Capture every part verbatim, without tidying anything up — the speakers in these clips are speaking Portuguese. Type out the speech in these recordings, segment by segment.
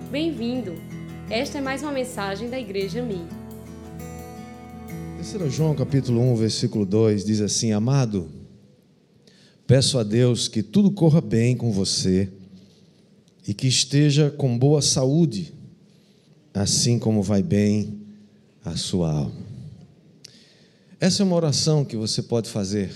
Bem-vindo! Esta é mais uma mensagem da Igreja M I. terceiro João capítulo um, versículo dois, diz assim: Amado, peço a Deus que tudo corra bem com você e que esteja com boa saúde, assim como vai bem a sua alma. Essa é uma oração que você pode fazer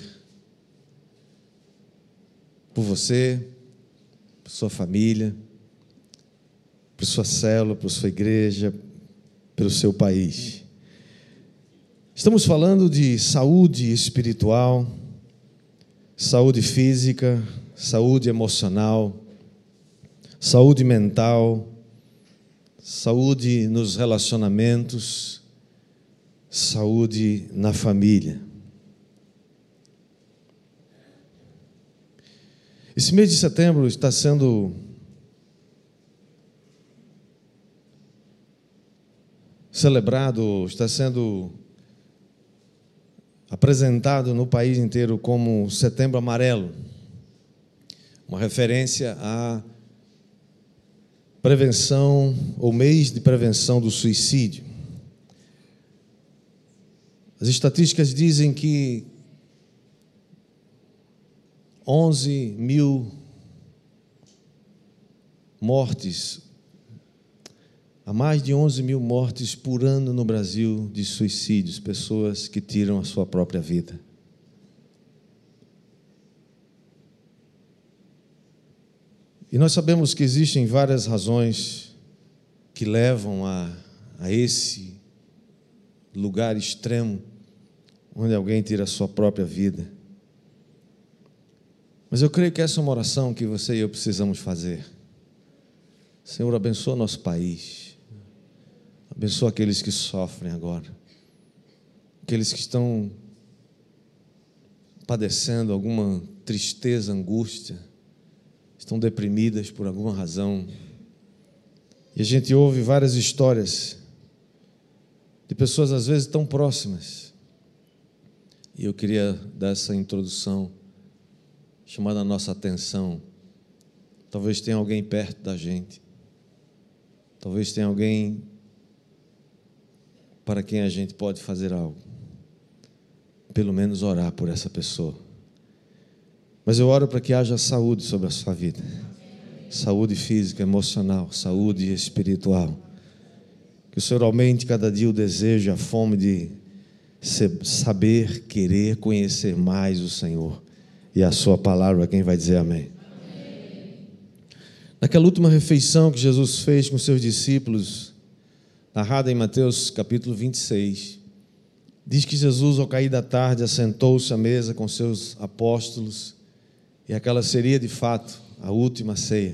por você, por sua família, por sua célula, por sua igreja, pelo seu país. Estamos falando de saúde espiritual, saúde física, saúde emocional, saúde mental, saúde nos relacionamentos, saúde na família. Esse mês de setembro está sendo celebrado, está sendo apresentado no país inteiro como Setembro Amarelo, uma referência à prevenção, ou mês de prevenção do suicídio. As estatísticas dizem que onze mil mortes, há mais de onze mil mortes por ano no Brasil de suicídios, pessoas que tiram a sua própria vida. E nós sabemos que existem várias razões que levam a, a esse lugar extremo, onde alguém tira a sua própria vida. Mas eu creio que essa é uma oração que você e eu precisamos fazer. Senhor, abençoa nosso país. Abençoa aqueles que sofrem agora. Aqueles que estão padecendo alguma tristeza, angústia. Estão deprimidas por alguma razão. E a gente ouve várias histórias de pessoas, às vezes, tão próximas. E eu queria dar essa introdução, chamar a nossa atenção. Talvez tenha alguém perto da gente. Talvez tenha alguém para quem a gente pode fazer algo. Pelo menos orar por essa pessoa. Mas eu oro para que haja saúde sobre a sua vida. Saúde física, emocional, saúde espiritual. Que o Senhor aumente cada dia o desejo, a fome de saber, querer, conhecer mais o Senhor. E a sua palavra, quem vai dizer amém? Amém. Naquela última refeição que Jesus fez com seus discípulos, narrada em Mateus capítulo vinte e seis, diz que Jesus, ao cair da tarde, assentou-se à mesa com seus apóstolos, e aquela seria de fato a última ceia.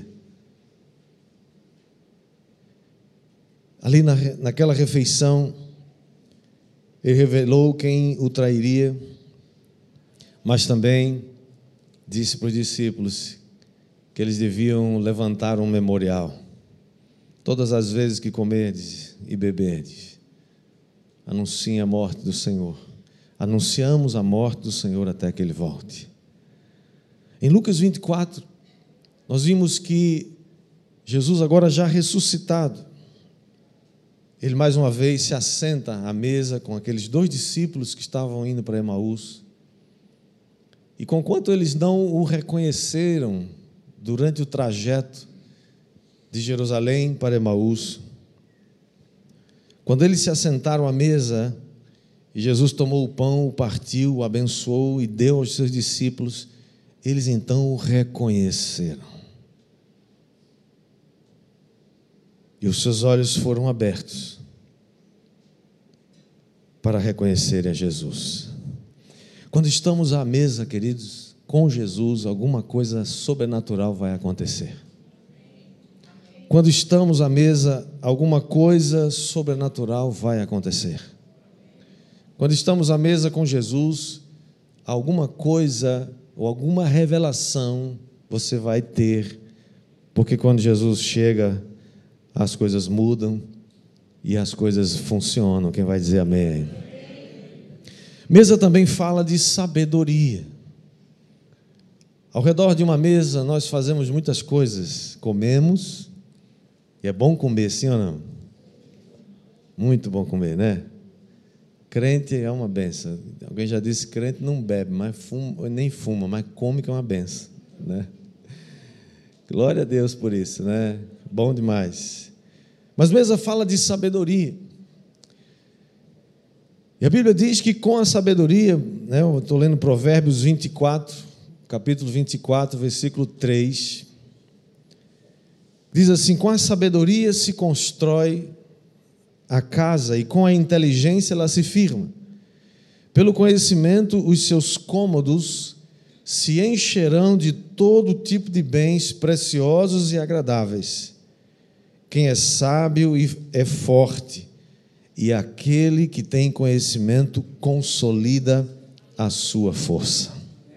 Ali na, naquela refeição, ele revelou quem o trairia, mas também disse para os discípulos que eles deviam levantar um memorial. Todas as vezes que comerdes e beberdes, anunciem a morte do Senhor. Anunciamos a morte do Senhor até que Ele volte. Em Lucas vinte e quatro, nós vimos que Jesus, agora já ressuscitado, Ele mais uma vez se assenta à mesa com aqueles dois discípulos que estavam indo para Emaús. E conquanto eles não o reconheceram durante o trajeto de Jerusalém para Emaús, quando eles se assentaram à mesa e Jesus tomou o pão, o partiu, o abençoou e deu aos seus discípulos, eles então o reconheceram. E os seus olhos foram abertos para reconhecerem a Jesus. Quando estamos à mesa, queridos, com Jesus, alguma coisa sobrenatural vai acontecer. Quando estamos à mesa, alguma coisa sobrenatural vai acontecer. Quando estamos à mesa com Jesus, alguma coisa ou alguma revelação você vai ter, porque quando Jesus chega, as coisas mudam e as coisas funcionam. Quem vai dizer amém? Mesa também fala de sabedoria. Ao redor de uma mesa nós fazemos muitas coisas, comemos, E é bom comer, sim ou não? Muito bom comer, né? Crente é uma benção. Alguém já disse que crente não bebe, mas fuma, nem fuma, mas come que é uma benção, né? Glória a Deus por isso, né? Bom demais. Mas mesa fala de sabedoria. E a Bíblia diz que com a sabedoria, né, eu estou lendo Provérbios vinte e quatro, capítulo vinte e quatro, versículo três. Diz assim: com a sabedoria se constrói a casa, e com a inteligência ela se firma. Pelo conhecimento, os seus cômodos se encherão de todo tipo de bens preciosos e agradáveis. Quem é sábio e é forte, e aquele que tem conhecimento consolida a sua força.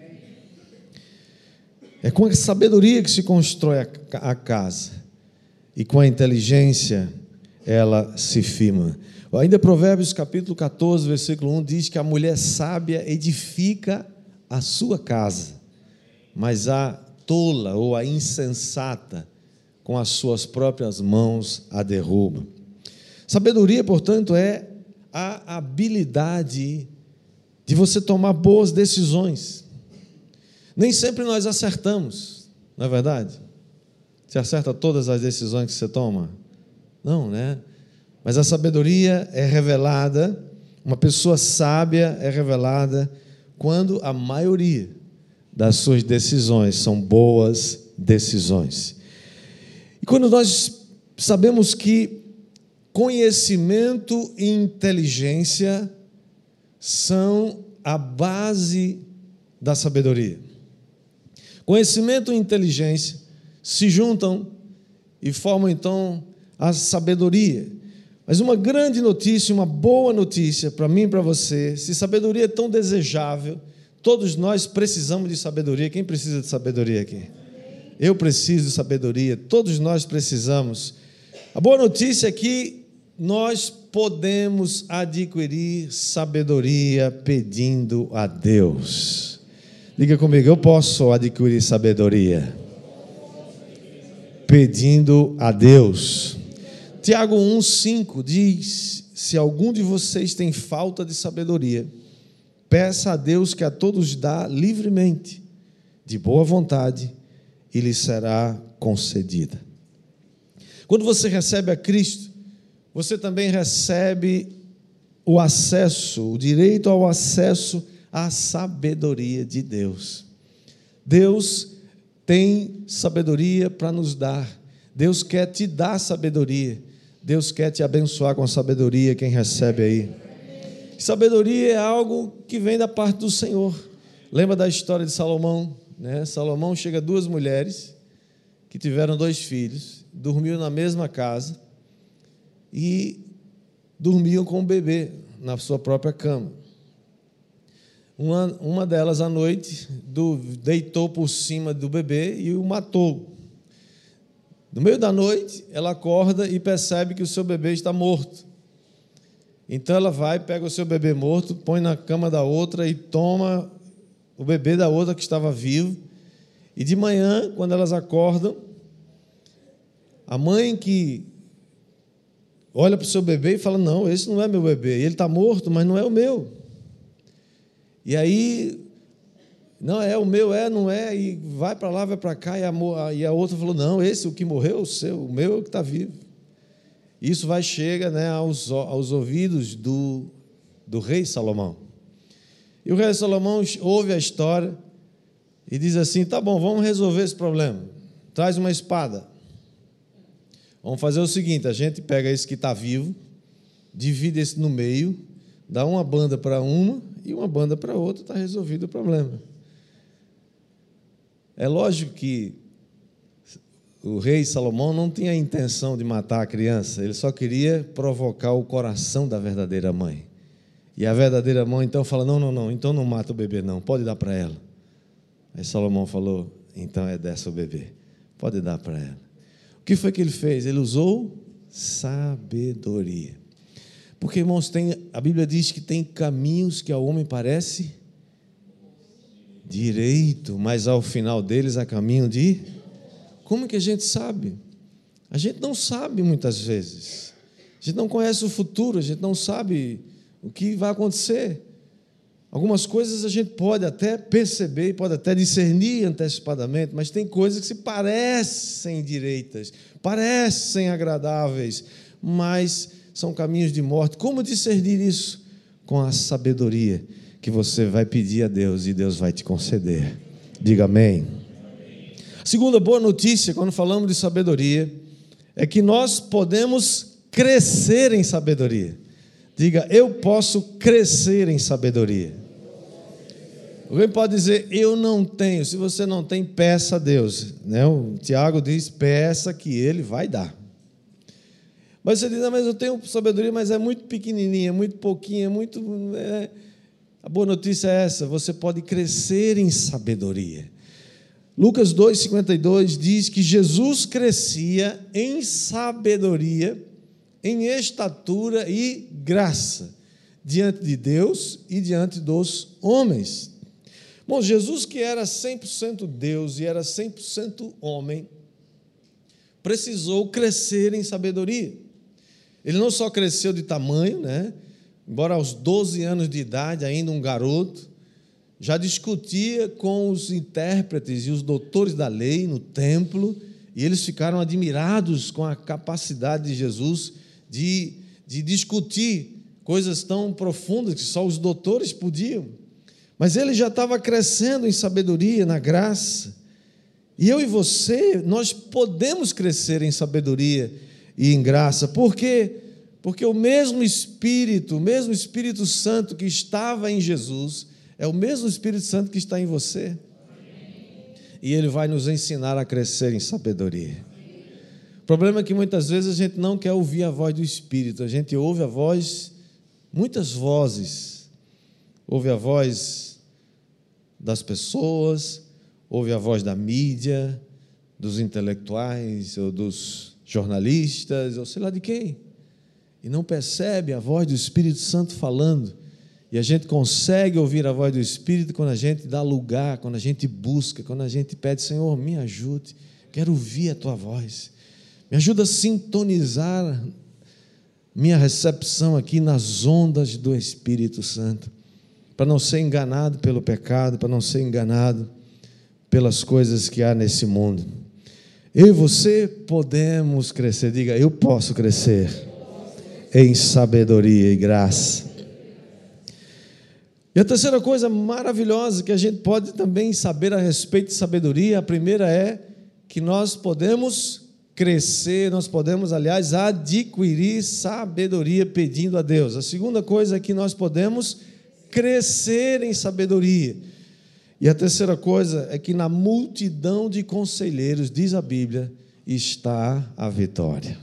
É com a sabedoria que se constrói a casa, e com a inteligência ela se firma. Ainda Provérbios capítulo catorze, versículo um, diz que a mulher sábia edifica a sua casa, mas a tola ou a insensata com as suas próprias mãos a derruba. Sabedoria, portanto, é a habilidade de você tomar boas decisões. Nem sempre nós acertamos, não é verdade? Você acerta todas as decisões que você toma? Não, né? Mas a sabedoria é revelada, uma pessoa sábia é revelada quando a maioria das suas decisões são boas decisões. E quando nós sabemos que conhecimento e inteligência são a base da sabedoria. Conhecimento e inteligência se juntam e formam então a sabedoria. Mas uma grande notícia, uma boa notícia para mim e para você: se sabedoria é tão desejável, todos nós precisamos de sabedoria. Quem precisa de sabedoria aqui? Eu preciso de sabedoria, todos nós precisamos. A boa notícia é que nós podemos adquirir sabedoria pedindo a Deus. Diga comigo: eu posso adquirir sabedoria pedindo a Deus. Tiago um, cinco diz: se algum de vocês tem falta de sabedoria, peça a Deus, que a todos dá livremente, de boa vontade, e lhe será concedida. Quando você recebe a Cristo, você também recebe o acesso, o direito ao acesso à sabedoria de Deus. Deus tem sabedoria para nos dar. Deus quer te dar sabedoria. Deus quer te abençoar com sabedoria, quem recebe aí. Sabedoria é algo que vem da parte do Senhor. Lembra da história de Salomão, né? Salomão chega a duas mulheres que tiveram dois filhos, dormiam na mesma casa e dormiam com o bebê na sua própria cama. Uma, uma delas, à noite, do, deitou por cima do bebê e o matou. No meio da noite, ela acorda e percebe que o seu bebê está morto. Então ela vai, pega o seu bebê morto, põe na cama da outra e toma o bebê da outra que estava vivo. E de manhã, quando elas acordam, a mãe que olha para o seu bebê e fala: não, esse não é meu bebê. Ele está morto, mas não é o meu. E aí, não é o meu, é, não é, e vai para lá, vai para cá, e a, e a outra falou: não, esse, o que morreu, o seu, o meu é o que está vivo. Isso vai chega, né, aos, aos ouvidos do, do rei Salomão. E o rei Salomão ouve a história e diz assim: tá bom, vamos resolver esse problema. Traz uma espada. Vamos fazer o seguinte: a gente pega esse que está vivo, divide esse no meio, dá uma banda para uma e uma banda para outra, está resolvido o problema. É lógico que o rei Salomão não tinha a intenção de matar a criança, ele só queria provocar o coração da verdadeira mãe. E a verdadeira mãe então fala: não, não, não, então não mata o bebê não, pode dar para ela. Aí Salomão falou: então é dessa o bebê, pode dar para ela. O que foi que ele fez? Ele usou sabedoria. Porque, irmãos, tem, a Bíblia diz que tem caminhos que ao homem parece direito, mas ao final deles há caminho de... Como que a gente sabe? A gente não sabe muitas vezes. A gente não conhece o futuro, a gente não sabe o que vai acontecer. Algumas coisas a gente pode até perceber, pode até discernir antecipadamente, mas tem coisas que se parecem direitas, parecem agradáveis, mas são caminhos de morte. Como discernir isso? Com a sabedoria que você vai pedir a Deus e Deus vai te conceder. Diga amém. A segunda boa notícia, quando falamos de sabedoria, é que nós podemos crescer em sabedoria. Diga, eu posso crescer em sabedoria. Alguém pode dizer, eu não tenho. Se você não tem, peça a Deus, né? O Tiago diz, peça que Ele vai dar. Mas você diz, não, mas eu tenho sabedoria, mas é muito pequenininha, é muito pouquinha, é muito... É... A boa notícia é essa, você pode crescer em sabedoria. Lucas dois, cinquenta e dois diz que Jesus crescia em sabedoria, em estatura e graça, diante de Deus e diante dos homens. Bom, Jesus, que era cem por cento Deus e era cem por cento homem, precisou crescer em sabedoria. Ele não só cresceu de tamanho, né? Embora aos doze anos de idade, ainda um garoto, já discutia com os intérpretes e os doutores da lei no templo, e eles ficaram admirados com a capacidade de Jesus de, de discutir coisas tão profundas que só os doutores podiam. Mas ele já estava crescendo em sabedoria, na graça. E eu e você, nós podemos crescer em sabedoria e em graça. Por quê? Porque o mesmo Espírito, o mesmo Espírito Santo que estava em Jesus, é o mesmo Espírito Santo que está em você. E ele vai nos ensinar a crescer em sabedoria. O problema é que muitas vezes a gente não quer ouvir a voz do Espírito. A gente ouve a voz, muitas vozes. Ouve a voz das pessoas, ouve a voz da mídia, dos intelectuais, ou dos jornalistas, ou sei lá de quem. E não percebe a voz do Espírito Santo falando. E a gente consegue ouvir a voz do Espírito quando a gente dá lugar, quando a gente busca, quando a gente pede, Senhor, me ajude, quero ouvir a Tua voz. Me ajuda a sintonizar minha recepção aqui nas ondas do Espírito Santo, para não ser enganado pelo pecado, para não ser enganado pelas coisas que há nesse mundo. Eu e você podemos crescer, diga, eu posso crescer em sabedoria e graça. E a terceira coisa maravilhosa que a gente pode também saber a respeito de sabedoria, a primeira é que nós podemos crescer, nós podemos, aliás, adquirir sabedoria pedindo a Deus. A segunda coisa é que nós podemos crescer em sabedoria. E a terceira coisa é que na multidão de conselheiros, diz a Bíblia, está a vitória.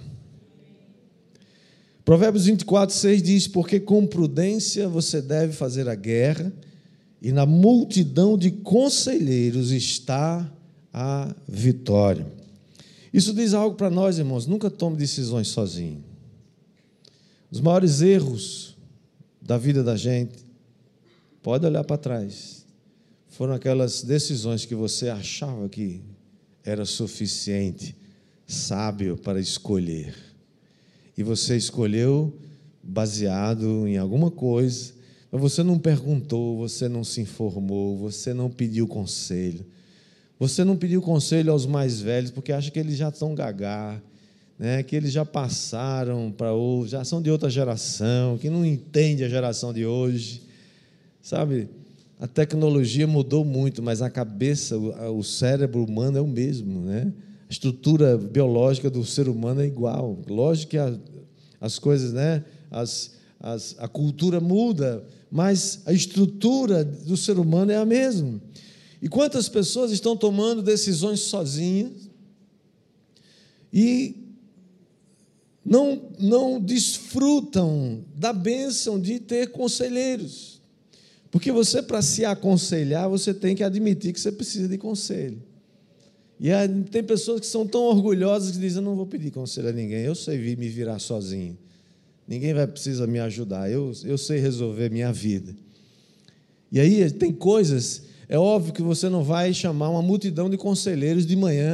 Provérbios vinte e quatro, seis diz, porque com prudência você deve fazer a guerra, e na multidão de conselheiros está a vitória. Isso diz algo para nós, irmãos, nunca tome decisões sozinho. Os maiores erros da vida da gente, pode olhar para trás, foram aquelas decisões que você achava que era suficiente, sábio para escolher. E você escolheu baseado em alguma coisa, mas você não perguntou, você não se informou, você não pediu conselho. Você não pediu conselho aos mais velhos, porque acha que eles já estão gagá, né? Que eles já passaram para outros, já são de outra geração, que não entende a geração de hoje. Sabe, a tecnologia mudou muito, mas a cabeça, o cérebro humano é o mesmo, né? A estrutura biológica do ser humano é igual. Lógico que a, as coisas, né? As, as, a cultura muda, mas a estrutura do ser humano é a mesma. E quantas pessoas estão tomando decisões sozinhas e não, não desfrutam da bênção de ter conselheiros? Porque você, para se aconselhar, você tem que admitir que você precisa de conselho. E aí, tem pessoas que são tão orgulhosas que dizem, eu não vou pedir conselho a ninguém, eu sei me virar sozinho. Ninguém vai precisar me ajudar, eu, eu sei resolver minha vida. E aí tem coisas, é óbvio que você não vai chamar uma multidão de conselheiros de manhã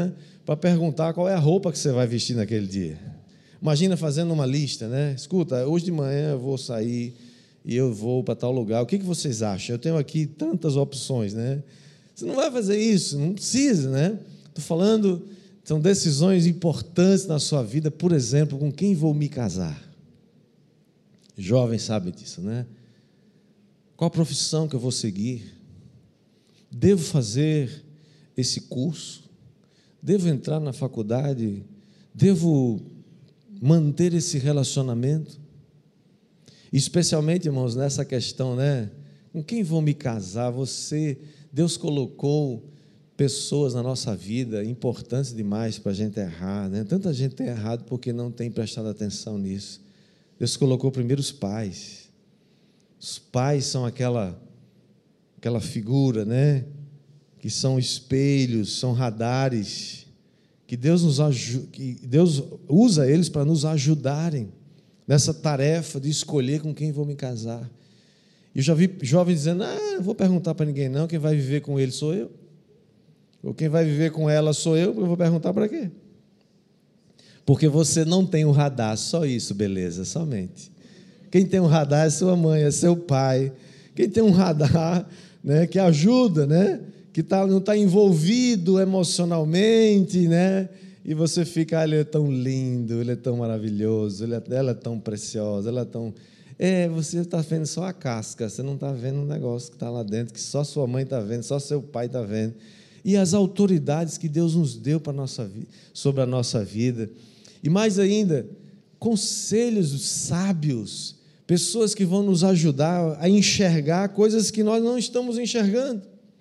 para perguntar qual é a roupa que você vai vestir naquele dia. Imagina fazendo uma lista, né? Escuta, hoje de manhã eu vou sair e eu vou para tal lugar. O que que vocês acham? Eu tenho aqui tantas opções, né? Você não vai fazer isso, não precisa, né? Estou falando, são decisões importantes na sua vida. Por exemplo, com quem vou me casar? Jovens sabem disso, né? Qual a profissão que eu vou seguir? Devo fazer esse curso? Devo entrar na faculdade? Devo manter esse relacionamento? Especialmente, irmãos, nessa questão, né? Com quem vou me casar? Você, Deus colocou pessoas na nossa vida importantes demais para a gente errar, né? Tanta gente tem errado porque não tem prestado atenção nisso. Deus colocou primeiro os pais. Os pais são aquela, aquela figura, né? Que são espelhos, são radares, que Deus, nos aju- que Deus usa eles para nos ajudarem nessa tarefa de escolher com quem vou me casar. Eu já vi jovens dizendo, ah, não vou perguntar para ninguém não, quem vai viver com ele sou eu. Ou quem vai viver com ela sou eu, eu vou perguntar para quê? Porque você não tem um radar, só isso, beleza, somente. Quem tem um radar é sua mãe, é seu pai. Quem tem um radar, né, que ajuda, né, que tá, não está envolvido emocionalmente, né, e você fica, ah, ele é tão lindo, ele é tão maravilhoso, ele é, ela é tão preciosa, ela é tão... É, você está vendo só a casca, você não está vendo um negócio que está lá dentro, que só sua mãe está vendo, só seu pai está vendo. E as autoridades que Deus nos deu para a nossa, sobre a nossa vida. E mais ainda, conselhos sábios, pessoas que vão nos ajudar a enxergar coisas que nós não estamos enxergando.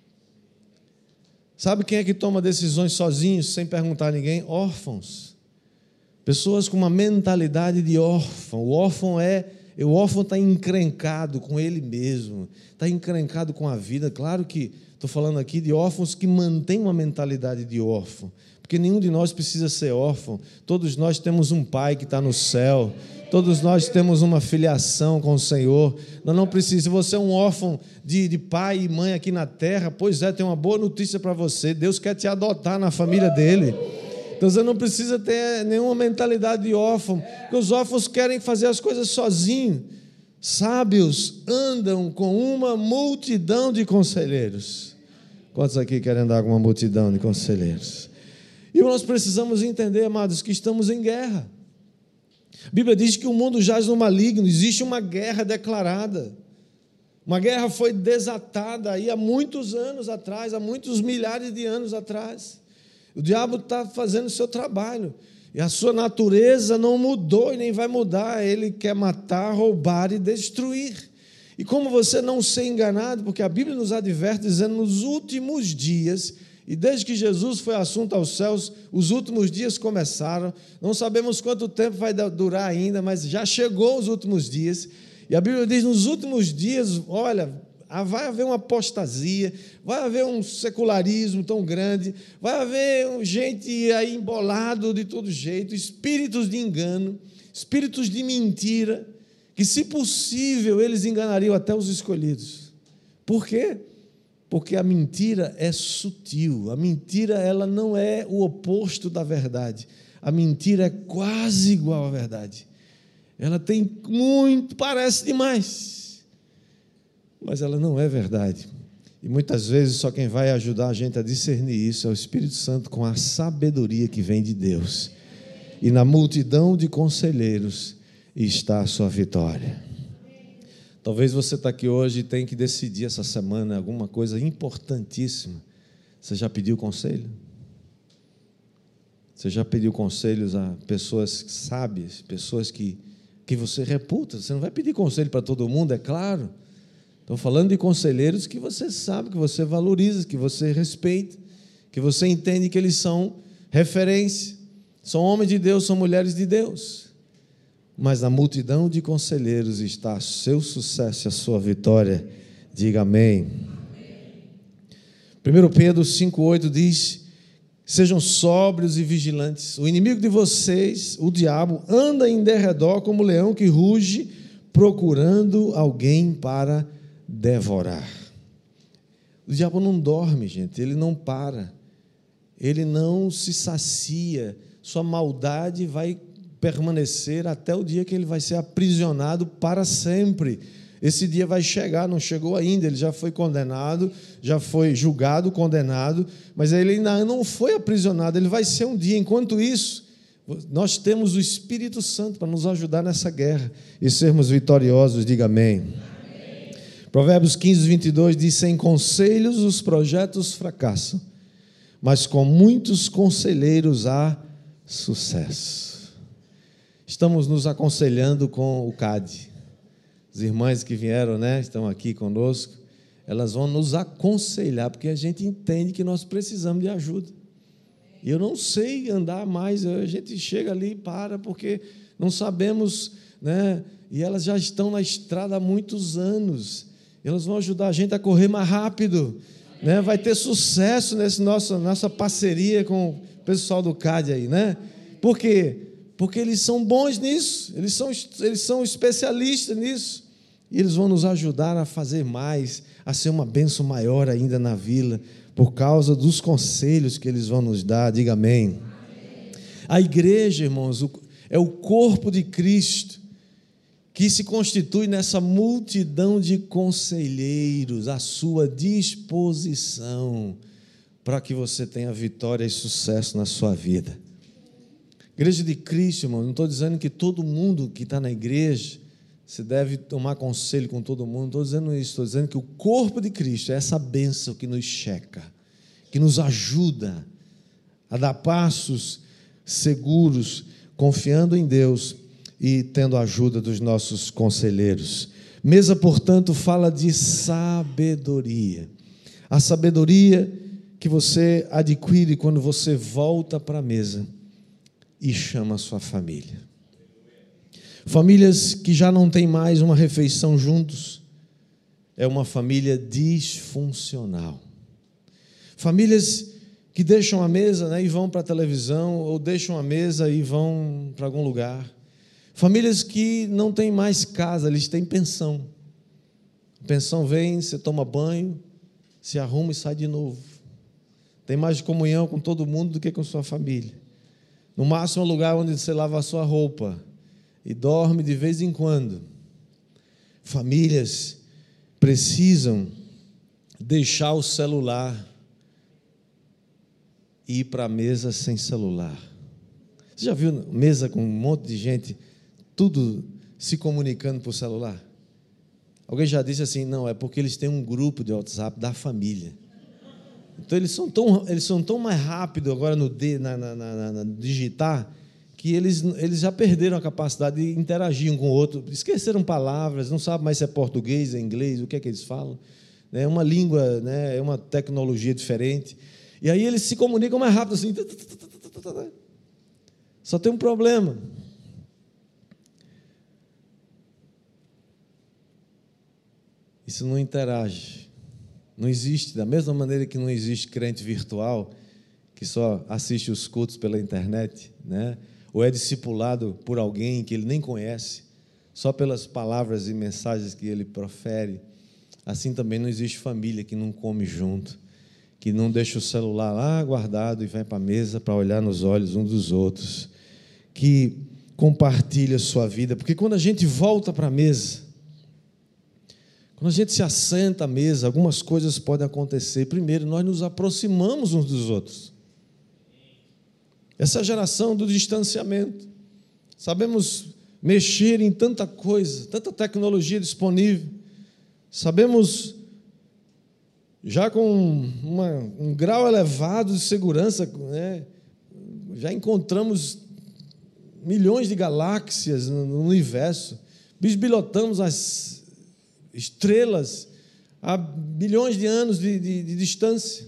Sabe quem é que toma decisões sozinhos, sem perguntar a ninguém? Órfãos. Pessoas com uma mentalidade de órfão. O órfão é, o órfão está encrencado com ele mesmo, está encrencado com a vida. Claro que estou falando aqui de órfãos que mantêm uma mentalidade de órfão, porque nenhum de nós precisa ser órfão. Todos nós temos um pai que está no céu, todos nós temos uma filiação com o Senhor. Nós não precisamos. Se você é um órfão de, de pai e mãe aqui na terra, pois é, tem uma boa notícia para você. Deus quer te adotar na família dele. Então você não precisa ter nenhuma mentalidade de órfão, porque os órfãos querem fazer as coisas sozinhos. Sábios andam com uma multidão de conselheiros. Quantos aqui querem andar com uma multidão de conselheiros? E nós precisamos entender, amados, que estamos em guerra. A Bíblia diz que o mundo jaz no maligno, existe uma guerra declarada. Uma guerra foi desatada aí há muitos anos atrás, há muitos milhares de anos atrás. O diabo está fazendo o seu trabalho, e a sua natureza não mudou e nem vai mudar. Ele quer matar, roubar e destruir. E como você não ser enganado, porque a Bíblia nos adverte dizendo, nos últimos dias, e desde que Jesus foi assunto aos céus, os últimos dias começaram. Não sabemos quanto tempo vai durar ainda, mas já chegou os últimos dias. E a Bíblia diz, nos últimos dias, olha, vai haver uma apostasia, vai haver um secularismo tão grande, vai haver gente aí embolado de todo jeito, espíritos de engano, espíritos de mentira, que, se possível, eles enganariam até os escolhidos. Por quê? Porque a mentira é sutil, a mentira ela não é o oposto da verdade, a mentira é quase igual à verdade, ela tem muito, parece demais, mas ela não é verdade. E muitas vezes só quem vai ajudar a gente a discernir isso é o Espírito Santo, com a sabedoria que vem de Deus. E na multidão de conselheiros está a sua vitória. Talvez você está aqui hoje e tenha que decidir essa semana alguma coisa importantíssima. Você já pediu conselho? Você já pediu conselhos a pessoas sábias, pessoas que, que você reputa? Você não vai pedir conselho para todo mundo, é claro. Estou falando de conselheiros que você sabe, que você valoriza, que você respeita, que você entende que eles são referência, são homens de Deus, são mulheres de Deus. Mas na multidão de conselheiros está seu sucesso e a sua vitória. Diga amém. primeiro Pedro cinco, oito diz, sejam sóbrios e vigilantes. O inimigo de vocês, o diabo, anda em derredor como leão que ruge, procurando alguém para devorar. O diabo não dorme, gente, ele não para. ele não se sacia, sua maldade vai permanecer até o dia que ele vai ser aprisionado para sempre. Esse dia vai chegar, não chegou ainda, ele já foi condenado, já foi julgado, condenado, mas ele ainda não foi aprisionado, ele vai ser um dia. Enquanto isso, nós temos o Espírito Santo para nos ajudar nessa guerra e sermos vitoriosos. Diga amém. Amém. Provérbios quinze, vinte e dois diz: sem conselhos os projetos fracassam, mas com muitos conselheiros há sucesso. Estamos nos aconselhando com o C A D. As irmãs que vieram, né, estão aqui conosco, elas vão nos aconselhar, porque a gente entende que nós precisamos de ajuda. E eu não sei andar mais, a gente chega ali e para, porque não sabemos, né, e elas já estão na estrada há muitos anos, elas vão ajudar a gente a correr mais rápido, né, vai ter sucesso nessa nossa, nossa parceria com o pessoal do C A D aí, né? Por quê? Porque eles são bons nisso, eles são, eles são especialistas nisso, e eles vão nos ajudar a fazer mais, a ser uma bênção maior ainda na vila, por causa dos conselhos que eles vão nos dar. Diga amém. Amém. A igreja, irmãos, é o corpo de Cristo, que se constitui nessa multidão de conselheiros à sua disposição, para que você tenha vitória e sucesso na sua vida. Igreja de Cristo, irmão, não estou dizendo que todo mundo que está na igreja você deve tomar conselho com todo mundo, não estou dizendo isso, estou dizendo que o corpo de Cristo é essa bênção que nos checa, que nos ajuda a dar passos seguros, confiando em Deus e tendo a ajuda dos nossos conselheiros. Mesa, portanto, fala de sabedoria. A sabedoria que você adquire quando você volta para a mesa e chama a sua família. Famílias que já não têm mais uma refeição juntos, é uma família disfuncional. Famílias que deixam a mesa, né, e vão para a televisão, ou deixam a mesa e vão para algum lugar. Famílias que não têm mais casa, eles têm pensão. A pensão vem, você toma banho, se arruma e sai de novo. Tem mais comunhão com todo mundo do que com sua família. No máximo é um lugar onde você lava a sua roupa e dorme de vez em quando. Famílias precisam deixar o celular e ir para a mesa sem celular. Você já viu mesa com um monte de gente, tudo se comunicando por celular? Alguém já disse assim, não, é porque eles têm um grupo de WhatsApp da família. Então eles são tão, eles são tão mais rápidos agora no na, na, na, na digitar, que eles, eles já perderam a capacidade de interagir um com o outro, esqueceram palavras, não sabem mais se é português, é inglês, o que é que eles falam. É uma língua, né, é uma tecnologia diferente. E aí eles se comunicam mais rápido assim. Só tem um problema. Isso não interage. Não existe, da mesma maneira que não existe crente virtual, que só assiste os cultos pela internet, né? Ou é discipulado por alguém que ele nem conhece, só pelas palavras e mensagens que ele profere. Assim também não existe família que não come junto, que não deixa o celular lá guardado e vai para a mesa para olhar nos olhos uns dos outros, que compartilha a sua vida. Porque quando a gente volta para a mesa, quando a gente se assenta à mesa, algumas coisas podem acontecer. Primeiro, nós nos aproximamos uns dos outros. Essa geração do distanciamento. Sabemos mexer em tanta coisa, tanta tecnologia disponível. Sabemos, já com uma, um grau elevado de segurança, né, já encontramos milhões de galáxias no universo, bisbilhotamos as estrelas a bilhões de anos de, de, de distância,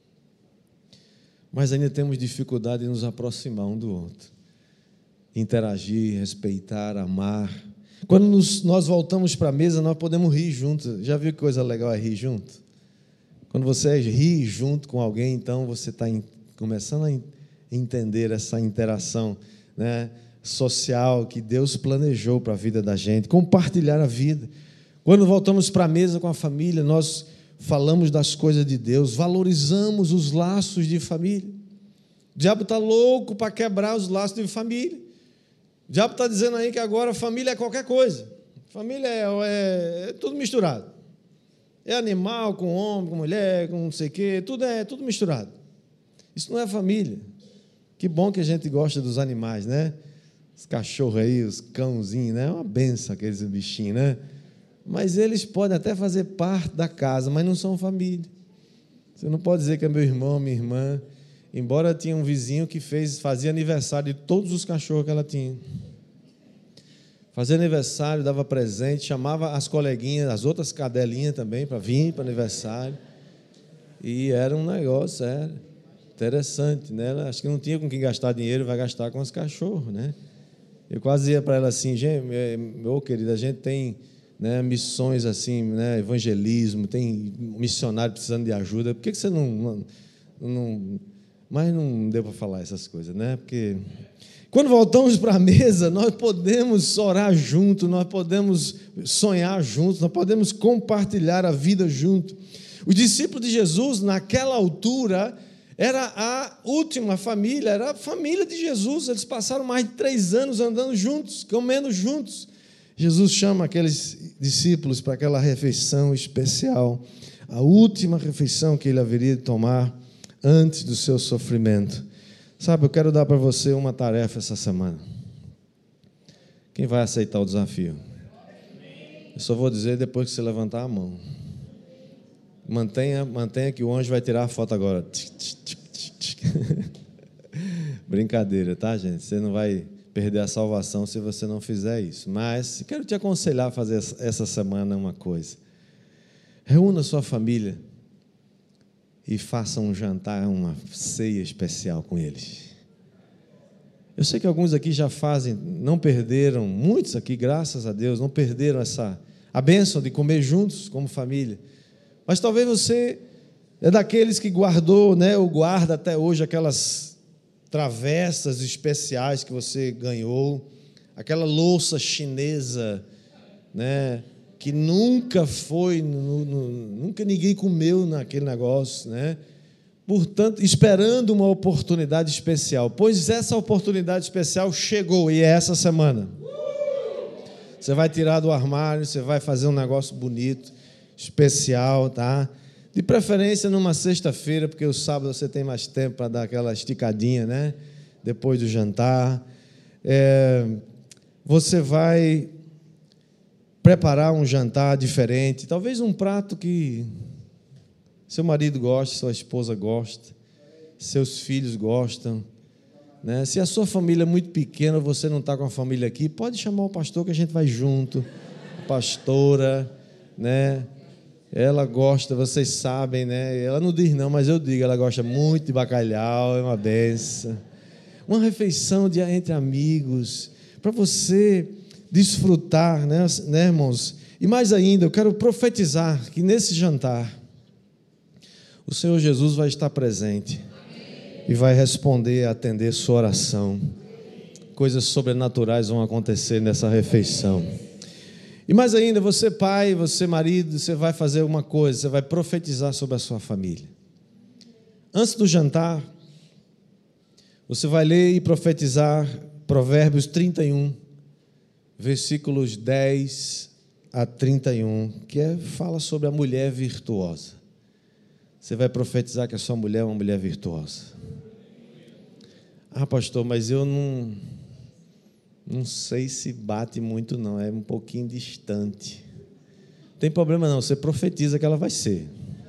mas ainda temos dificuldade em nos aproximar um do outro, interagir, respeitar, amar. Quando nos, nós voltamos para a mesa, nós podemos rir juntos. Já viu que coisa legal é rir junto? Quando você ri junto com alguém, então você está começando a entender essa interação, né, social que Deus planejou para a vida da gente, compartilhar a vida. Quando voltamos para a mesa com a família, nós falamos das coisas de Deus, valorizamos os laços de família. O diabo está louco para quebrar os laços de família. O diabo está dizendo aí que agora família é qualquer coisa. Família é, é, é tudo misturado. É animal com homem, com mulher, com não sei o quê, tudo é tudo misturado. Isso não é família. Que bom que a gente gosta dos animais, né? Os cachorros aí, os cãozinhos, né? É uma benção aqueles bichinhos, né? Mas eles podem até fazer parte da casa, mas não são família. Você não pode dizer que é meu irmão, minha irmã, embora tinha um vizinho que fez, fazia aniversário de todos os cachorros que ela tinha. Fazia aniversário, dava presente, chamava as coleguinhas, as outras cadelinhas também, para vir para o aniversário. E era um negócio, era interessante, né? Acho que não tinha com quem gastar dinheiro, vai gastar com os cachorros, né? Eu quase ia para ela assim, gente, meu querido, a gente tem, né, missões assim, né, evangelismo, tem missionário precisando de ajuda, por que você não, não, não... Mas não deu para falar essas coisas, né? Porque quando voltamos para a mesa, nós podemos orar junto, nós podemos sonhar juntos, nós podemos compartilhar a vida junto. Os discípulos de Jesus, naquela altura, era a última família, era a família de Jesus. Eles passaram mais de três anos andando juntos, comendo juntos. Jesus chama aqueles discípulos para aquela refeição especial, a última refeição que ele haveria de tomar antes do seu sofrimento. Sabe, eu quero dar para você uma tarefa essa semana. Quem vai aceitar o desafio? Eu só vou dizer depois que você levantar a mão. Mantenha, mantenha que o anjo vai tirar a foto agora. Brincadeira, tá, gente? Você não vai perder a salvação se você não fizer isso. Mas quero te aconselhar a fazer essa semana uma coisa. Reúna sua família e faça um jantar, uma ceia especial com eles. Eu sei que alguns aqui já fazem, não perderam, muitos aqui, graças a Deus, não perderam essa, a bênção de comer juntos como família. Mas talvez você é daqueles que guardou, né, ou guarda até hoje aquelas travessas especiais que você ganhou, aquela louça chinesa, né, que nunca foi, no, no, nunca ninguém comeu naquele negócio, né? Portanto, esperando uma oportunidade especial, pois essa oportunidade especial chegou e é essa semana. Você vai tirar do armário, você vai fazer um negócio bonito, especial, tá? De preferência numa sexta-feira, porque o sábado você tem mais tempo para dar aquela esticadinha, né? Depois do jantar. É, você vai preparar um jantar diferente, talvez um prato que seu marido gosta, sua esposa gosta, seus filhos gostam, né? Se a sua família é muito pequena, você não está com a família aqui, pode chamar o pastor que a gente vai junto, a pastora, né? Ela gosta, vocês sabem, né? Ela não diz não, mas eu digo, ela gosta muito de bacalhau, é uma benção. Uma refeição de, entre amigos, para você desfrutar, né, né, irmãos? E mais ainda, eu quero profetizar que nesse jantar, o Senhor Jesus vai estar presente. Amém. E vai responder, atender sua oração. Coisas sobrenaturais vão acontecer nessa refeição. E mais ainda, você pai, você marido, você vai fazer uma coisa, você vai profetizar sobre a sua família. Antes do jantar, você vai ler e profetizar Provérbios trinta e um, versículos dez a trinta e um, que é, fala sobre a mulher virtuosa. Você vai profetizar que a sua mulher é uma mulher virtuosa. Ah, pastor, mas eu não, não sei se bate muito não, é um pouquinho distante. Não tem problema não, você profetiza que ela vai ser.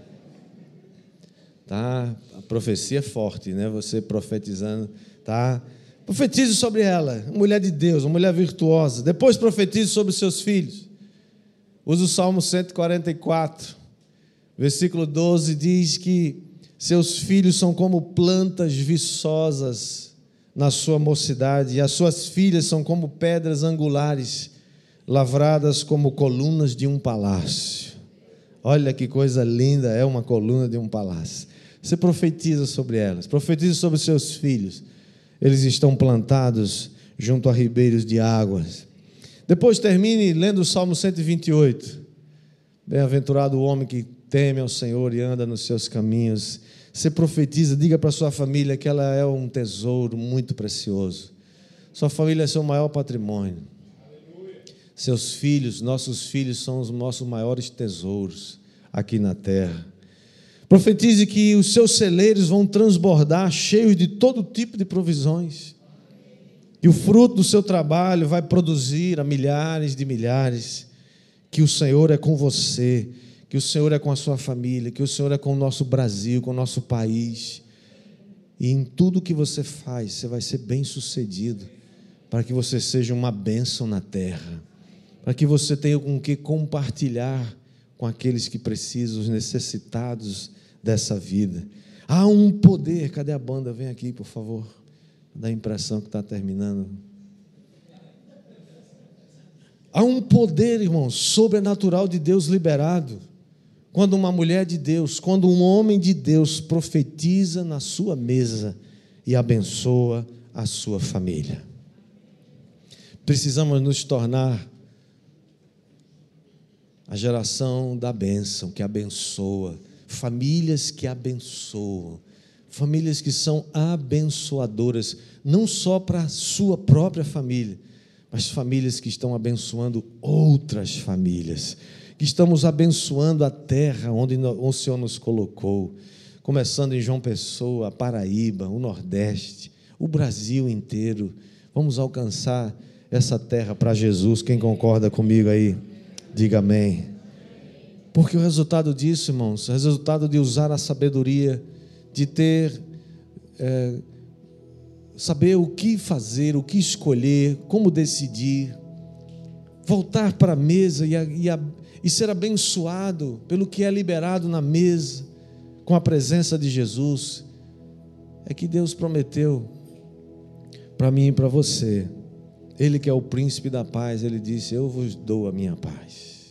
Tá? A profecia é forte, né? Você profetizando, tá? Profetize sobre ela, uma mulher de Deus, uma mulher virtuosa. Depois profetize sobre os seus filhos. Usa o Salmo cento e quarenta e quatro, versículo doze, diz que seus filhos são como plantas viçosas na sua mocidade, e as suas filhas são como pedras angulares, lavradas como colunas de um palácio. Olha que coisa linda, é uma coluna de um palácio. Você profetiza sobre elas, profetiza sobre os seus filhos. Eles estão plantados junto a ribeiros de águas. Depois termine lendo o Salmo cento e vinte e oito. Bem-aventurado o homem que teme ao Senhor e anda nos seus caminhos. Você profetiza, diga para sua família que ela é um tesouro muito precioso. Sua família é seu maior patrimônio. Seus filhos, nossos filhos são os nossos maiores tesouros aqui na terra. Profetize que os seus celeiros vão transbordar, cheios de todo tipo de provisões. Que o fruto do seu trabalho vai produzir a milhares de milhares. Que o Senhor é com você, que o Senhor é com a sua família, que o Senhor é com o nosso Brasil, com o nosso país. E em tudo que você faz, você vai ser bem-sucedido, para que você seja uma bênção na terra, para que você tenha com o que compartilhar com aqueles que precisam, os necessitados dessa vida. Há um poder, cadê a banda? Vem aqui, por favor, dá a impressão que está terminando. Há um poder, irmãos, sobrenatural de Deus liberado, quando uma mulher de Deus, quando um homem de Deus profetiza na sua mesa e abençoa a sua família. Precisamos nos tornar a geração da bênção, que abençoa, famílias que abençoam, famílias que são abençoadoras, não só para a sua própria família, mas famílias que estão abençoando outras famílias, que estamos abençoando a terra onde o Senhor nos colocou, começando em João Pessoa, Paraíba, o Nordeste, o Brasil inteiro. Vamos alcançar essa terra para Jesus. Quem concorda comigo aí, diga amém. Porque o resultado disso, irmãos, o resultado de usar a sabedoria, de ter, é, saber o que fazer, o que escolher, como decidir, voltar para a mesa e, a, e, a, e ser abençoado pelo que é liberado na mesa, com a presença de Jesus, é que Deus prometeu para mim e para você. Ele que é o príncipe da paz, Ele disse: eu vos dou a minha paz.